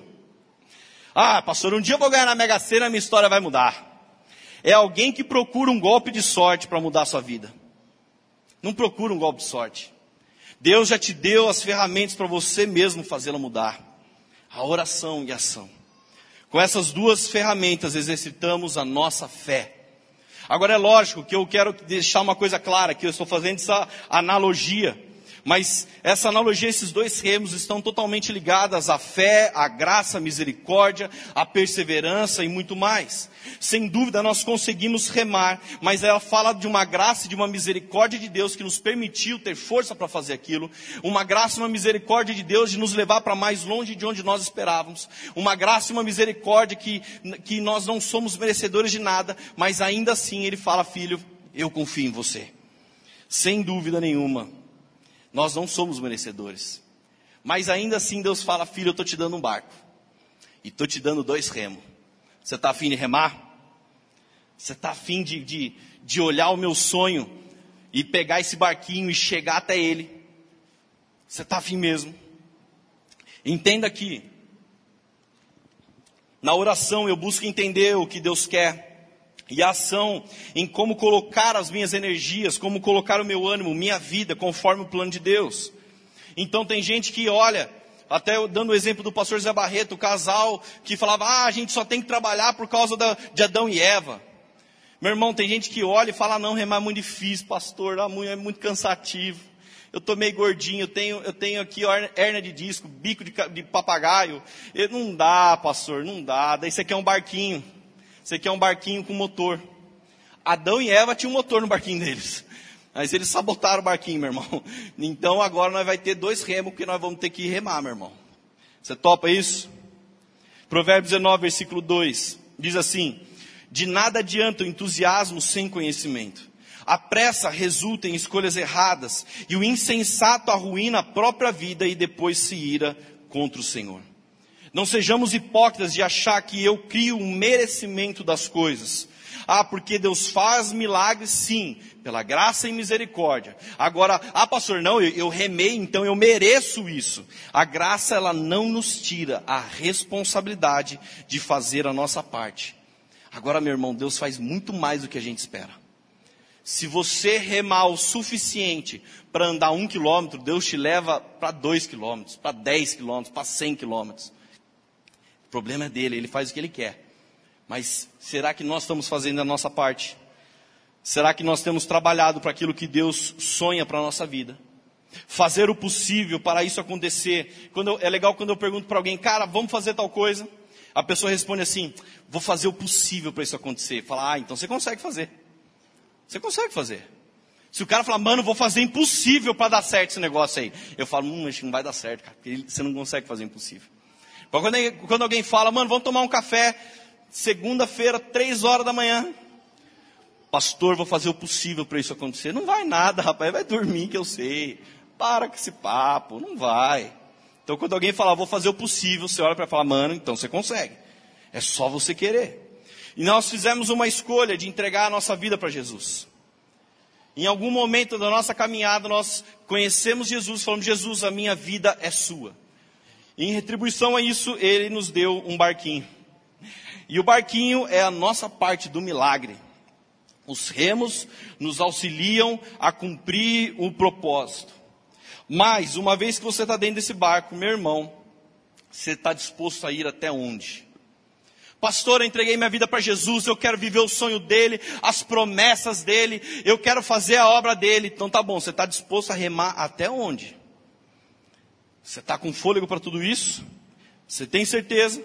Ah, pastor, um dia eu vou ganhar na Mega Sena, a minha história vai mudar. É alguém que procura um golpe de sorte para mudar a sua vida. Não procura um golpe de sorte. Deus já te deu as ferramentas para você mesmo fazê-la mudar. A oração e a ação. Com essas duas ferramentas exercitamos a nossa fé. Agora é lógico que eu quero deixar uma coisa clara, que eu estou fazendo essa analogia. Mas essa analogia, esses dois remos estão totalmente ligadas à fé, à graça, à misericórdia, à perseverança e muito mais. Sem dúvida nós conseguimos remar, mas ela fala de uma graça e de uma misericórdia de Deus que nos permitiu ter força para fazer aquilo. Uma graça e uma misericórdia de Deus de nos levar para mais longe de onde nós esperávamos. Uma graça e uma misericórdia que nós não somos merecedores de nada, mas ainda assim Ele fala, filho, eu confio em você. Sem dúvida nenhuma. Nós não somos merecedores. Mas ainda assim Deus fala, filho, eu estou te dando um barco. E estou te dando 2 remos. Você está afim de remar? Você está afim de olhar o meu sonho e pegar esse barquinho e chegar até ele? Você está afim mesmo? Entenda que na oração eu busco entender o que Deus quer. E a ação em como colocar as minhas energias, como colocar o meu ânimo, minha vida, conforme o plano de Deus. Então tem gente que olha, até dando o exemplo do pastor Zé Barreto, o casal que falava, a gente só tem que trabalhar por causa de Adão e Eva. Meu irmão, tem gente que olha e fala, não, remar é muito difícil, pastor, é muito cansativo. Eu estou meio gordinho, eu tenho aqui hérnia de disco, bico de papagaio. Não dá, pastor, não dá. Daí você quer um barquinho. Você quer um barquinho com motor. Adão e Eva tinham um motor no barquinho deles. Mas eles sabotaram o barquinho, meu irmão. Então agora nós vamos ter 2 remos, porque nós vamos ter que remar, meu irmão. Você topa isso? Provérbios 19, versículo 2. Diz assim, de nada adianta o entusiasmo sem conhecimento. A pressa resulta em escolhas erradas. E o insensato arruína a própria vida e depois se ira contra o Senhor. Não sejamos hipócritas de achar que eu crio um merecimento das coisas. Ah, porque Deus faz milagres, sim, pela graça e misericórdia. Agora, pastor, não, eu remei, então eu mereço isso. A graça, ela não nos tira a responsabilidade de fazer a nossa parte. Agora, meu irmão, Deus faz muito mais do que a gente espera. Se você remar o suficiente para andar 1 quilômetro, Deus te leva para 2 quilômetros, para 10 quilômetros, para 100 quilômetros. O problema é dele, ele faz o que ele quer. Mas será que nós estamos fazendo a nossa parte? Será que nós temos trabalhado para aquilo que Deus sonha para a nossa vida? Fazer o possível para isso acontecer. É legal quando eu pergunto para alguém, cara, vamos fazer tal coisa? A pessoa responde assim, vou fazer o possível para isso acontecer. Fala, então você consegue fazer. Você consegue fazer. Se o cara falar, mano, vou fazer impossível para dar certo esse negócio aí. Eu falo, acho que não vai dar certo, cara, porque você não consegue fazer impossível. Quando alguém fala, mano, vamos tomar um café, segunda-feira, 3 horas da manhã. Pastor, vou fazer o possível para isso acontecer. Não vai nada, rapaz, vai dormir que eu sei. Para com esse papo, não vai. Então quando alguém fala, vou fazer o possível, você olha para falar, mano, então você consegue. É só você querer. E nós fizemos uma escolha de entregar a nossa vida para Jesus. Em algum momento da nossa caminhada, nós conhecemos Jesus, falamos, Jesus, a minha vida é sua. E em retribuição a isso, Ele nos deu um barquinho. E o barquinho é a nossa parte do milagre. Os remos nos auxiliam a cumprir o propósito. Mas, uma vez que você está dentro desse barco, meu irmão, você está disposto a ir até onde? Pastor, eu entreguei minha vida para Jesus, eu quero viver o sonho dele, as promessas dele, eu quero fazer a obra dele. Então tá bom, você está disposto a remar até onde? Você está com fôlego para tudo isso? Você tem certeza?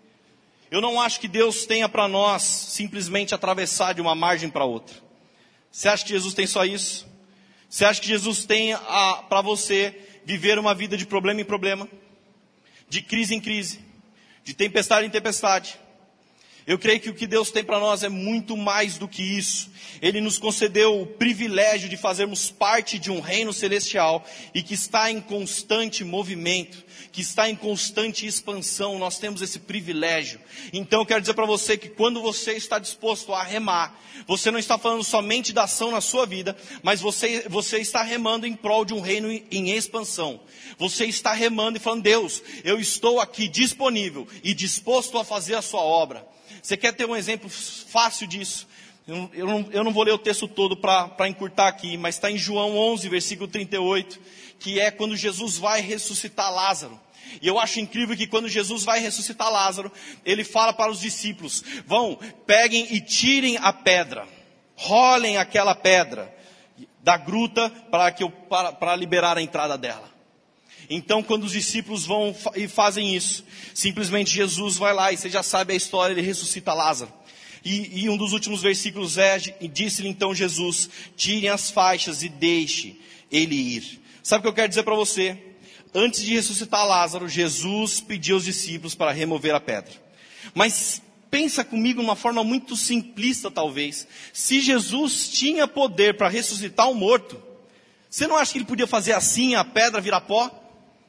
Eu não acho que Deus tenha para nós simplesmente atravessar de uma margem para outra. Você acha que Jesus tem só isso? Você acha que Jesus tem para você viver uma vida de problema em problema? De crise em crise? De tempestade em tempestade? Eu creio que o que Deus tem para nós é muito mais do que isso. Ele nos concedeu o privilégio de fazermos parte de um reino celestial e que está em constante movimento, que está em constante expansão. Nós temos esse privilégio. Então eu quero dizer para você que quando você está disposto a remar, você não está falando somente da ação na sua vida, mas você está remando em prol de um reino em expansão. Você está remando e falando, Deus, eu estou aqui disponível e disposto a fazer a sua obra. Você quer ter um exemplo fácil disso? Eu não vou ler o texto todo para encurtar aqui, mas está em João 11, versículo 38, que é quando Jesus vai ressuscitar Lázaro. E eu acho incrível que quando Jesus vai ressuscitar Lázaro, ele fala para os discípulos, peguem e tirem a pedra, rolem aquela pedra da gruta para liberar a entrada dela. Então, quando os discípulos vão e fazem isso, simplesmente Jesus vai lá, e você já sabe a história, ele ressuscita Lázaro. E um dos últimos versículos disse-lhe então Jesus, tirem as faixas e deixe ele ir. Sabe o que eu quero dizer para você? Antes de ressuscitar Lázaro, Jesus pediu aos discípulos para remover a pedra. Mas pensa comigo de uma forma muito simplista talvez. Se Jesus tinha poder para ressuscitar um morto, você não acha que ele podia fazer assim, a pedra virar pó?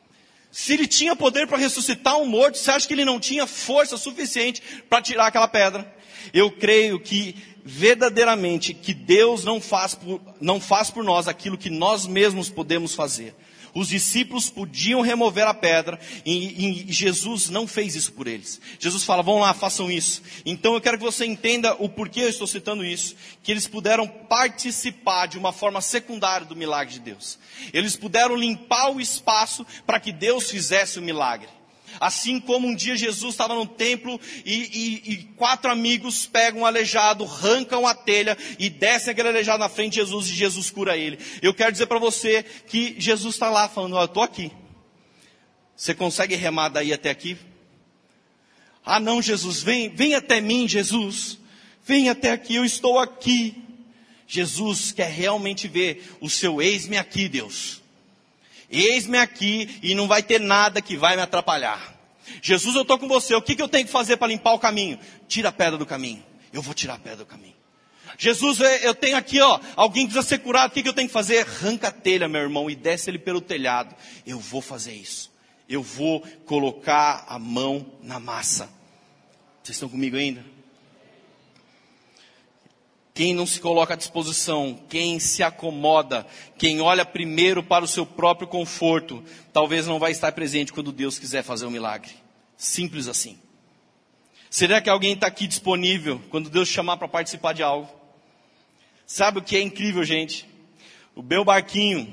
Se ele tinha poder para ressuscitar um morto, você acha que ele não tinha força suficiente para tirar aquela pedra? Eu creio que verdadeiramente que Deus não faz por nós aquilo que nós mesmos podemos fazer. Os discípulos podiam remover a pedra e Jesus não fez isso por eles. Jesus fala, vão lá, façam isso. Então eu quero que você entenda o porquê eu estou citando isso. Que eles puderam participar de uma forma secundária do milagre de Deus. Eles puderam limpar o espaço para que Deus fizesse o milagre. Assim como um dia Jesus estava no templo e 4 amigos pegam um aleijado, arrancam a telha e descem aquele aleijado na frente de Jesus e Jesus cura ele. Eu quero dizer para você que Jesus está lá falando, eu estou aqui. Você consegue remar daí até aqui? Ah não, Jesus, vem até mim, Jesus. Vem até aqui, eu estou aqui. Jesus quer realmente ver o seu eis-me aqui, Deus. Eis-me aqui e não vai ter nada que vai me atrapalhar. Jesus, eu estou com você, o que eu tenho que fazer para limpar o caminho? Tira a pedra do caminho. Eu vou tirar a pedra do caminho. Jesus, eu tenho aqui, alguém precisa ser curado, o que eu tenho que fazer? Arranca a telha, meu irmão, e desce ele pelo telhado. Eu vou fazer isso. Eu vou colocar a mão na massa. Vocês estão comigo ainda? Quem não se coloca à disposição, quem se acomoda, quem olha primeiro para o seu próprio conforto, talvez não vai estar presente quando Deus quiser fazer um milagre. Simples assim. Será que alguém está aqui disponível quando Deus chamar para participar de algo? Sabe o que é incrível, gente? O meu barquinho,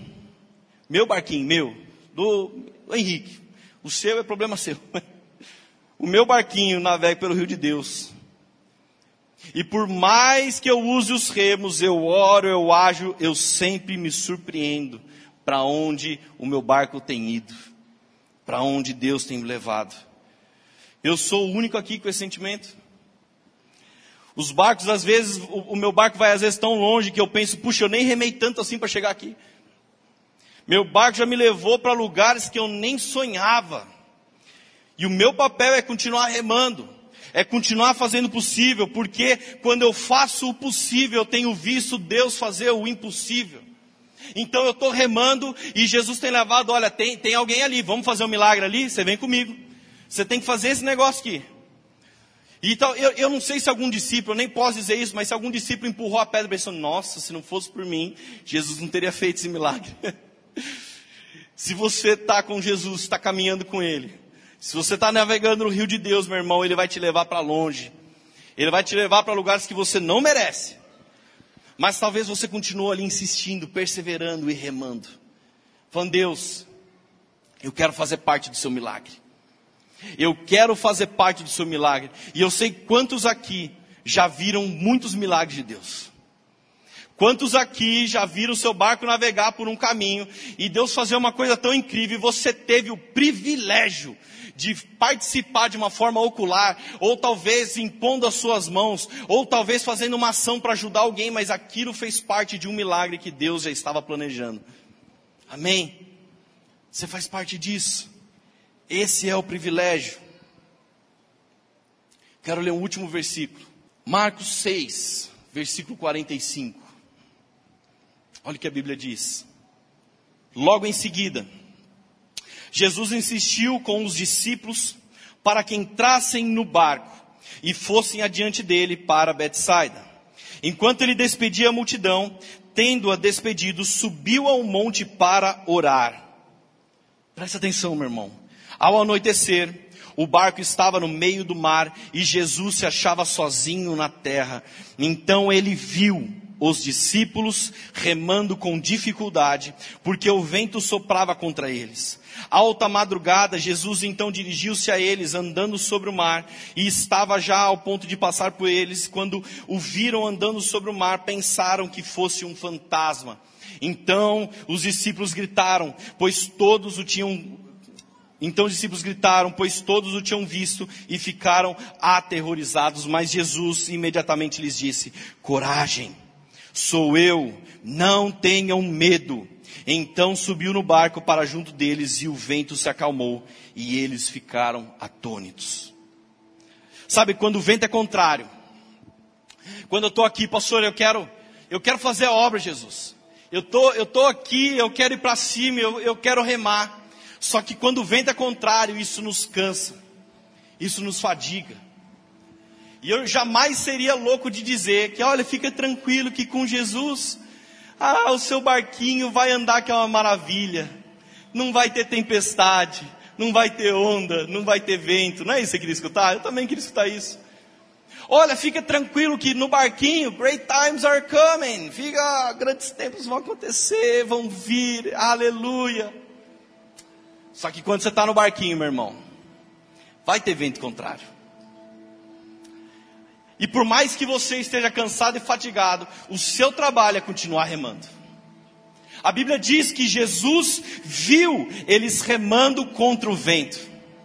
do Henrique. O seu é problema seu. O meu barquinho navega pelo rio de Deus. E por mais que eu use os remos, eu oro, eu ajo, eu sempre me surpreendo para onde o meu barco tem ido, para onde Deus tem me levado. Eu sou o único aqui com esse sentimento. Os barcos, às vezes, o meu barco vai às vezes tão longe que eu penso, puxa, eu nem remei tanto assim para chegar aqui. Meu barco já me levou para lugares que eu nem sonhava. E o meu papel é continuar remando, é continuar fazendo o possível, porque quando eu faço o possível, eu tenho visto Deus fazer o impossível. Então eu estou remando e Jesus tem levado, olha, tem alguém ali, vamos fazer um milagre ali? Você vem comigo. Você tem que fazer esse negócio aqui. Então, eu não sei se algum discípulo, eu nem posso dizer isso, mas se algum discípulo empurrou a pedra pensando, nossa, se não fosse por mim, Jesus não teria feito esse milagre. Se você está com Jesus, está caminhando com Ele, se você está navegando no rio de Deus, meu irmão, Ele vai te levar para longe. Ele vai te levar para lugares que você não merece. Mas talvez você continue ali insistindo, perseverando e remando. Falando, Deus, eu quero fazer parte do seu milagre. Eu quero fazer parte do seu milagre. E eu sei quantos aqui já viram muitos milagres de Deus. Quantos aqui já viram o seu barco navegar por um caminho e Deus fazer uma coisa tão incrível e você teve o privilégio de participar de uma forma ocular, ou talvez impondo as suas mãos, ou talvez fazendo uma ação para ajudar alguém, mas aquilo fez parte de um milagre que Deus já estava planejando. Amém? Você faz parte disso. Esse é o privilégio. Quero ler um último versículo. Marcos 6, versículo 45. Olha o que a Bíblia diz. Logo em seguida, Jesus insistiu com os discípulos para que entrassem no barco e fossem adiante dele para Betsaida. Enquanto ele despedia a multidão, tendo-a despedido, subiu ao monte para orar. Presta atenção, meu irmão. Ao anoitecer, o barco estava no meio do mar e Jesus se achava sozinho na terra. Então ele viu os discípulos remando com dificuldade, porque o vento soprava contra eles. Alta madrugada, Jesus então dirigiu-se a eles, andando sobre o mar, e estava já ao ponto de passar por eles. Quando o viram andando sobre o mar, pensaram que fosse um fantasma. Então os discípulos gritaram, pois todos o tinham visto e ficaram aterrorizados. Mas Jesus imediatamente lhes disse, coragem, sou eu, não tenham medo. Então subiu no barco para junto deles e o vento se acalmou e eles ficaram atônitos. Sabe, quando o vento é contrário, quando eu estou aqui, pastor, eu quero fazer a obra, Jesus. Eu tô aqui, eu quero ir para cima, eu quero remar. Só que quando o vento é contrário, isso nos cansa, isso nos fadiga. E eu jamais seria louco de dizer que, olha, fica tranquilo que com Jesus, o seu barquinho vai andar que é uma maravilha. Não vai ter tempestade, não vai ter onda, não vai ter vento. Não é isso que você queria escutar? Eu também queria escutar isso. Olha, fica tranquilo que no barquinho, great times are coming. Grandes tempos vão acontecer, vão vir, aleluia. Só que quando você está no barquinho, meu irmão, vai ter vento contrário. E por mais que você esteja cansado e fatigado, o seu trabalho é continuar remando. A Bíblia diz que Jesus viu eles remando contra o vento.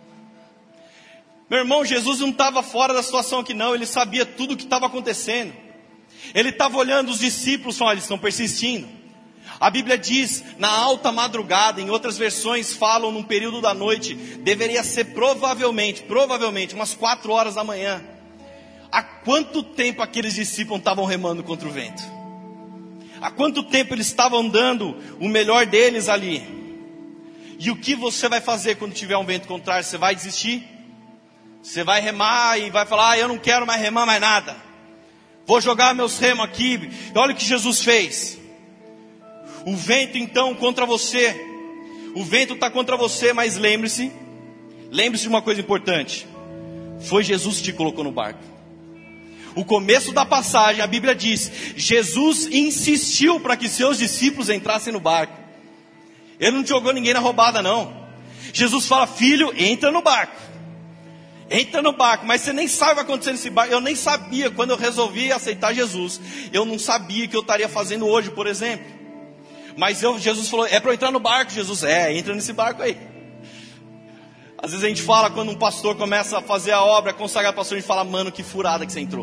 Meu irmão, Jesus não estava fora da situação aqui não, ele sabia tudo o que estava acontecendo. Ele estava olhando os discípulos e falando, eles estão persistindo. A Bíblia diz, na alta madrugada, em outras versões falam num período da noite, deveria ser provavelmente, umas 4 horas da manhã. Há quanto tempo aqueles discípulos estavam remando contra o vento? Há quanto tempo eles estavam dando o melhor deles ali? E o que você vai fazer quando tiver um vento contrário? Você vai desistir? Você vai remar e vai falar, eu não quero mais remar mais nada. Vou jogar meus remos aqui. Olha o que Jesus fez. O vento então contra você. O vento está contra você, mas lembre-se de uma coisa importante. Foi Jesus que te colocou no barco. O começo da passagem, a Bíblia diz, Jesus insistiu para que seus discípulos entrassem no barco. Ele não jogou ninguém na roubada não. Jesus fala, filho, entra no barco. Entra no barco, mas você nem sabe o que vai acontecer nesse barco. Eu nem sabia, quando eu resolvi aceitar Jesus, eu não sabia o que eu estaria fazendo hoje, por exemplo. Mas Jesus falou, é para eu entrar no barco, Jesus, entra nesse barco aí. Às vezes a gente fala, quando um pastor começa a fazer a obra, consagrar pastor, a gente fala, mano, que furada que você entrou.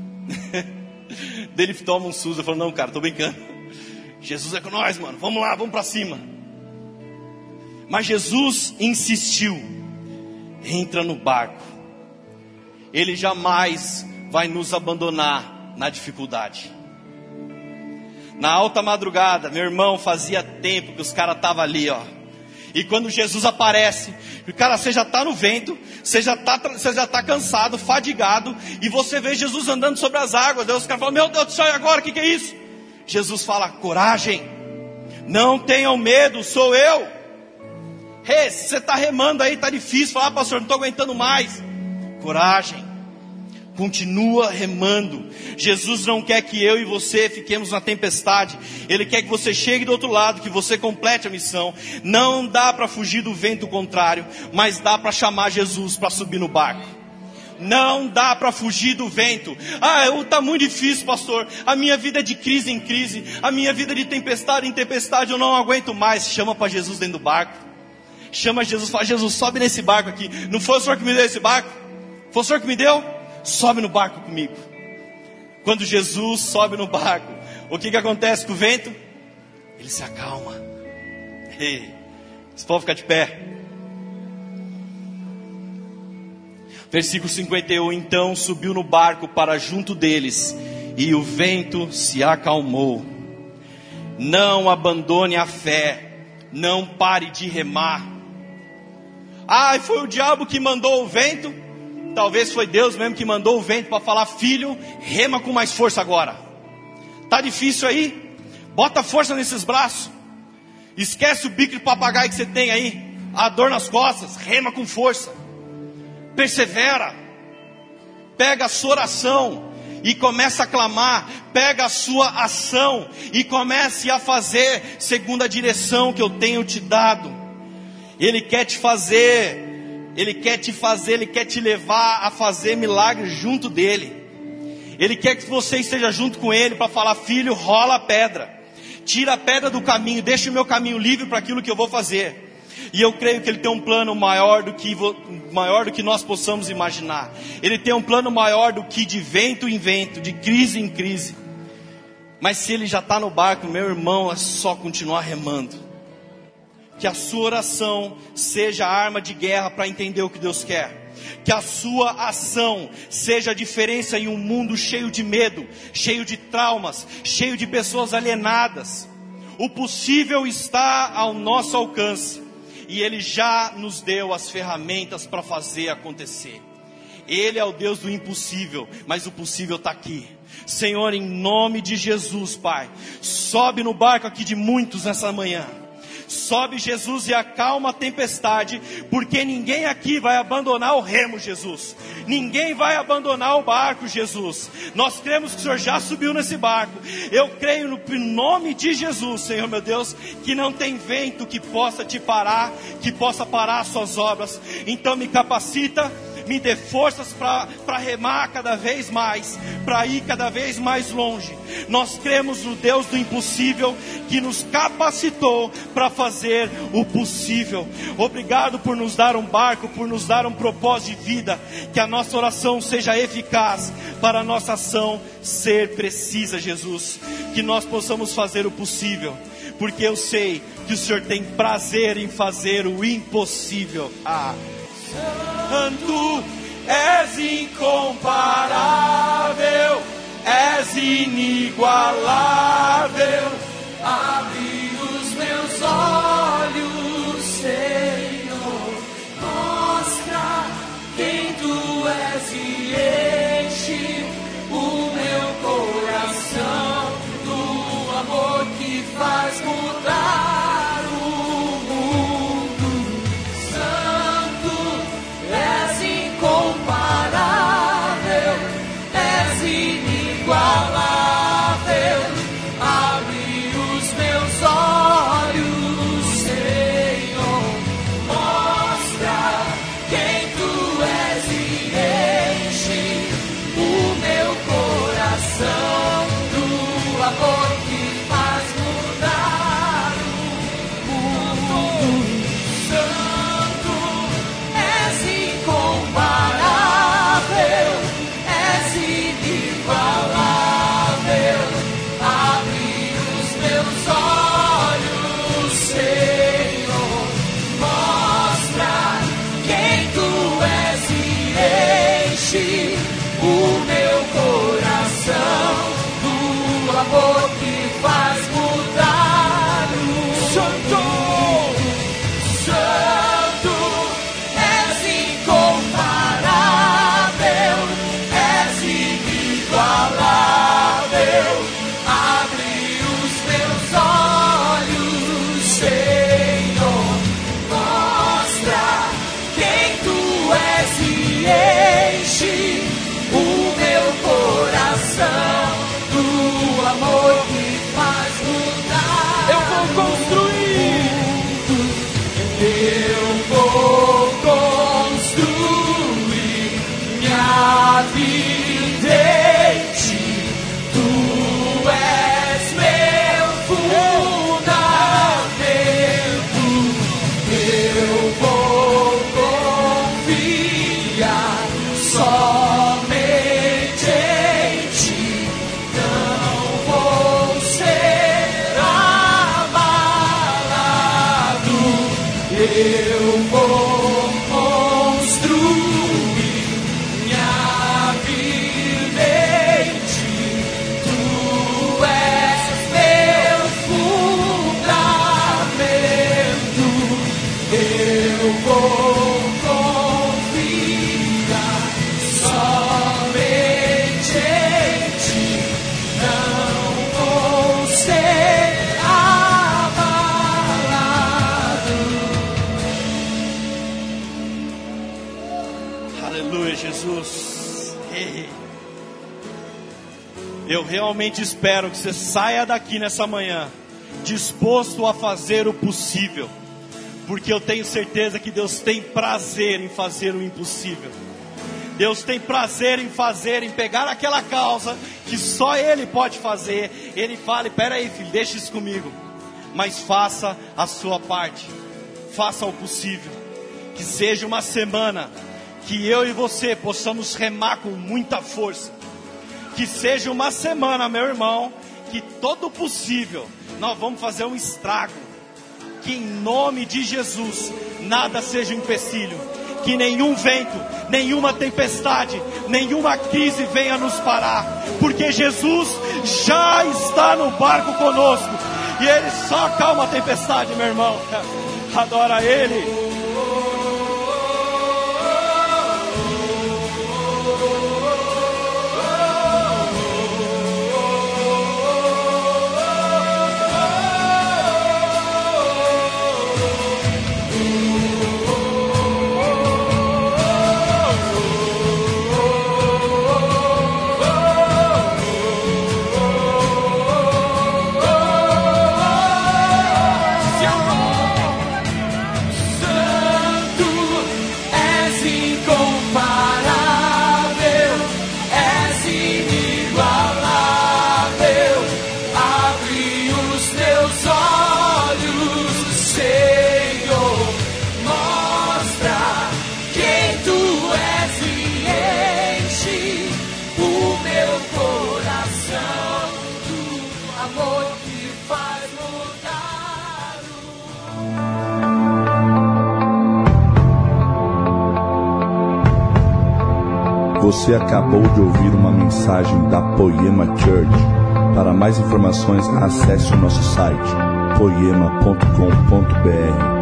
Dele toma um susto, eu falo, não cara, tô brincando. Jesus é com nós, mano, vamos lá, vamos para cima. Mas Jesus insistiu. entra no barco. Ele jamais vai nos abandonar na dificuldade. Na alta madrugada, meu irmão, fazia tempo que os caras estavam ali, ó. E quando Jesus aparece, cara, você já está no vento, você já tá cansado, fadigado, e você vê Jesus andando sobre as águas. Daí os caras falam, meu Deus do céu, e agora? O que é isso? Jesus fala, coragem, não tenham medo, sou eu. Hey, se você está remando aí, está difícil, fala, pastor, não estou aguentando mais. Coragem, continua remando. Jesus não quer que eu e você fiquemos na tempestade. Ele quer que você chegue do outro lado, que você complete a missão. Não dá para fugir do vento contrário, mas dá para chamar Jesus para subir no barco. Não dá para fugir do vento. Está muito difícil, pastor. A minha vida é de crise em crise. A minha vida é de tempestade em tempestade. Eu não aguento mais. Chama para Jesus dentro do barco. Chama Jesus, fala, Jesus, sobe nesse barco aqui. Não foi o Senhor que me deu esse barco? Foi o Senhor que me deu? Sobe no barco comigo. Quando Jesus sobe no barco, o que acontece com o vento? Ele se acalma. Ei, esse povo fica de pé. Versículo 51, então subiu no barco para junto deles, e o vento se acalmou. Não abandone a fé, não pare de remar. Foi o diabo que mandou o vento? Talvez foi Deus mesmo que mandou o vento para falar, filho, rema com mais força agora. Tá difícil aí? Bota força nesses braços. Esquece o bico de papagaio que você tem aí, a dor nas costas, rema com força. Persevera. Pega a sua oração e começa a clamar. Pega a sua ação e comece a fazer segundo a direção que eu tenho te dado. Ele quer te fazer, Ele quer te levar a fazer milagres junto dele. Ele quer que você esteja junto com ele para falar, filho, rola a pedra. Tira a pedra do caminho, deixa o meu caminho livre para aquilo que eu vou fazer. E eu creio que ele tem um plano maior do que nós possamos imaginar. Ele tem um plano maior do que de vento em vento, de crise em crise. Mas se ele já está no barco, meu irmão, é só continuar remando. Que a sua oração seja a arma de guerra para entender o que Deus quer. Que a sua ação seja a diferença em um mundo cheio de medo, cheio de traumas, cheio de pessoas alienadas. O possível está ao nosso alcance. E Ele já nos deu as ferramentas para fazer acontecer. Ele é o Deus do impossível, mas o possível está aqui. Senhor, em nome de Jesus, Pai, sobe no barco aqui de muitos nessa manhã. Sobe, Jesus, e acalma a tempestade, porque ninguém aqui vai abandonar o remo, Jesus. Ninguém vai abandonar o barco, Jesus. Nós cremos que o Senhor já subiu nesse barco. Eu creio no nome de Jesus, Senhor meu Deus, que não tem vento que possa te parar, que possa parar as suas obras. Então me capacita, me dê forças para remar cada vez mais, para ir cada vez mais longe. Nós cremos no Deus do impossível, que nos capacitou para fazer o possível. Obrigado por nos dar um barco, por nos dar um propósito de vida. Que a nossa oração seja eficaz, para a nossa ação ser precisa, Jesus. Que nós possamos fazer o possível, porque eu sei que o Senhor tem prazer em fazer o impossível. Tu és incomparável, és inigualável. Abre os meus olhos, Senhor, mostra quem Tu és e enche o meu coração do amor que faz mudar o mundo. Santo, és incomparável, és inigualável. Abre os meus olhos, Senhor, mostra quem Tu és e enche o meu coração do amor que faz mudar o eu vou construir minha vida em ti. Tu és meu fundamento. Eu vou confiar somente em ti. Não vou ser abalado. Aleluia, Jesus. Eu realmente espero que você saia daqui nessa manhã disposto a fazer o possível, porque eu tenho certeza que Deus tem prazer em fazer o impossível. Deus tem prazer em pegar aquela causa que só Ele pode fazer. Ele fala: espera aí, filho, deixa isso comigo, mas faça a sua parte, faça o possível. Que seja uma semana que eu e você possamos remar com muita força. Que seja uma semana, meu irmão, que todo possível nós vamos fazer um estrago. Que em nome de Jesus nada seja um empecilho. Que nenhum vento, nenhuma tempestade, nenhuma crise venha nos parar. Porque Jesus já está no barco conosco. E Ele só acalma a tempestade, meu irmão. Adora Ele. Você acabou de ouvir uma mensagem da Poema Church. Para mais informações, acesse o nosso site poema.com.br.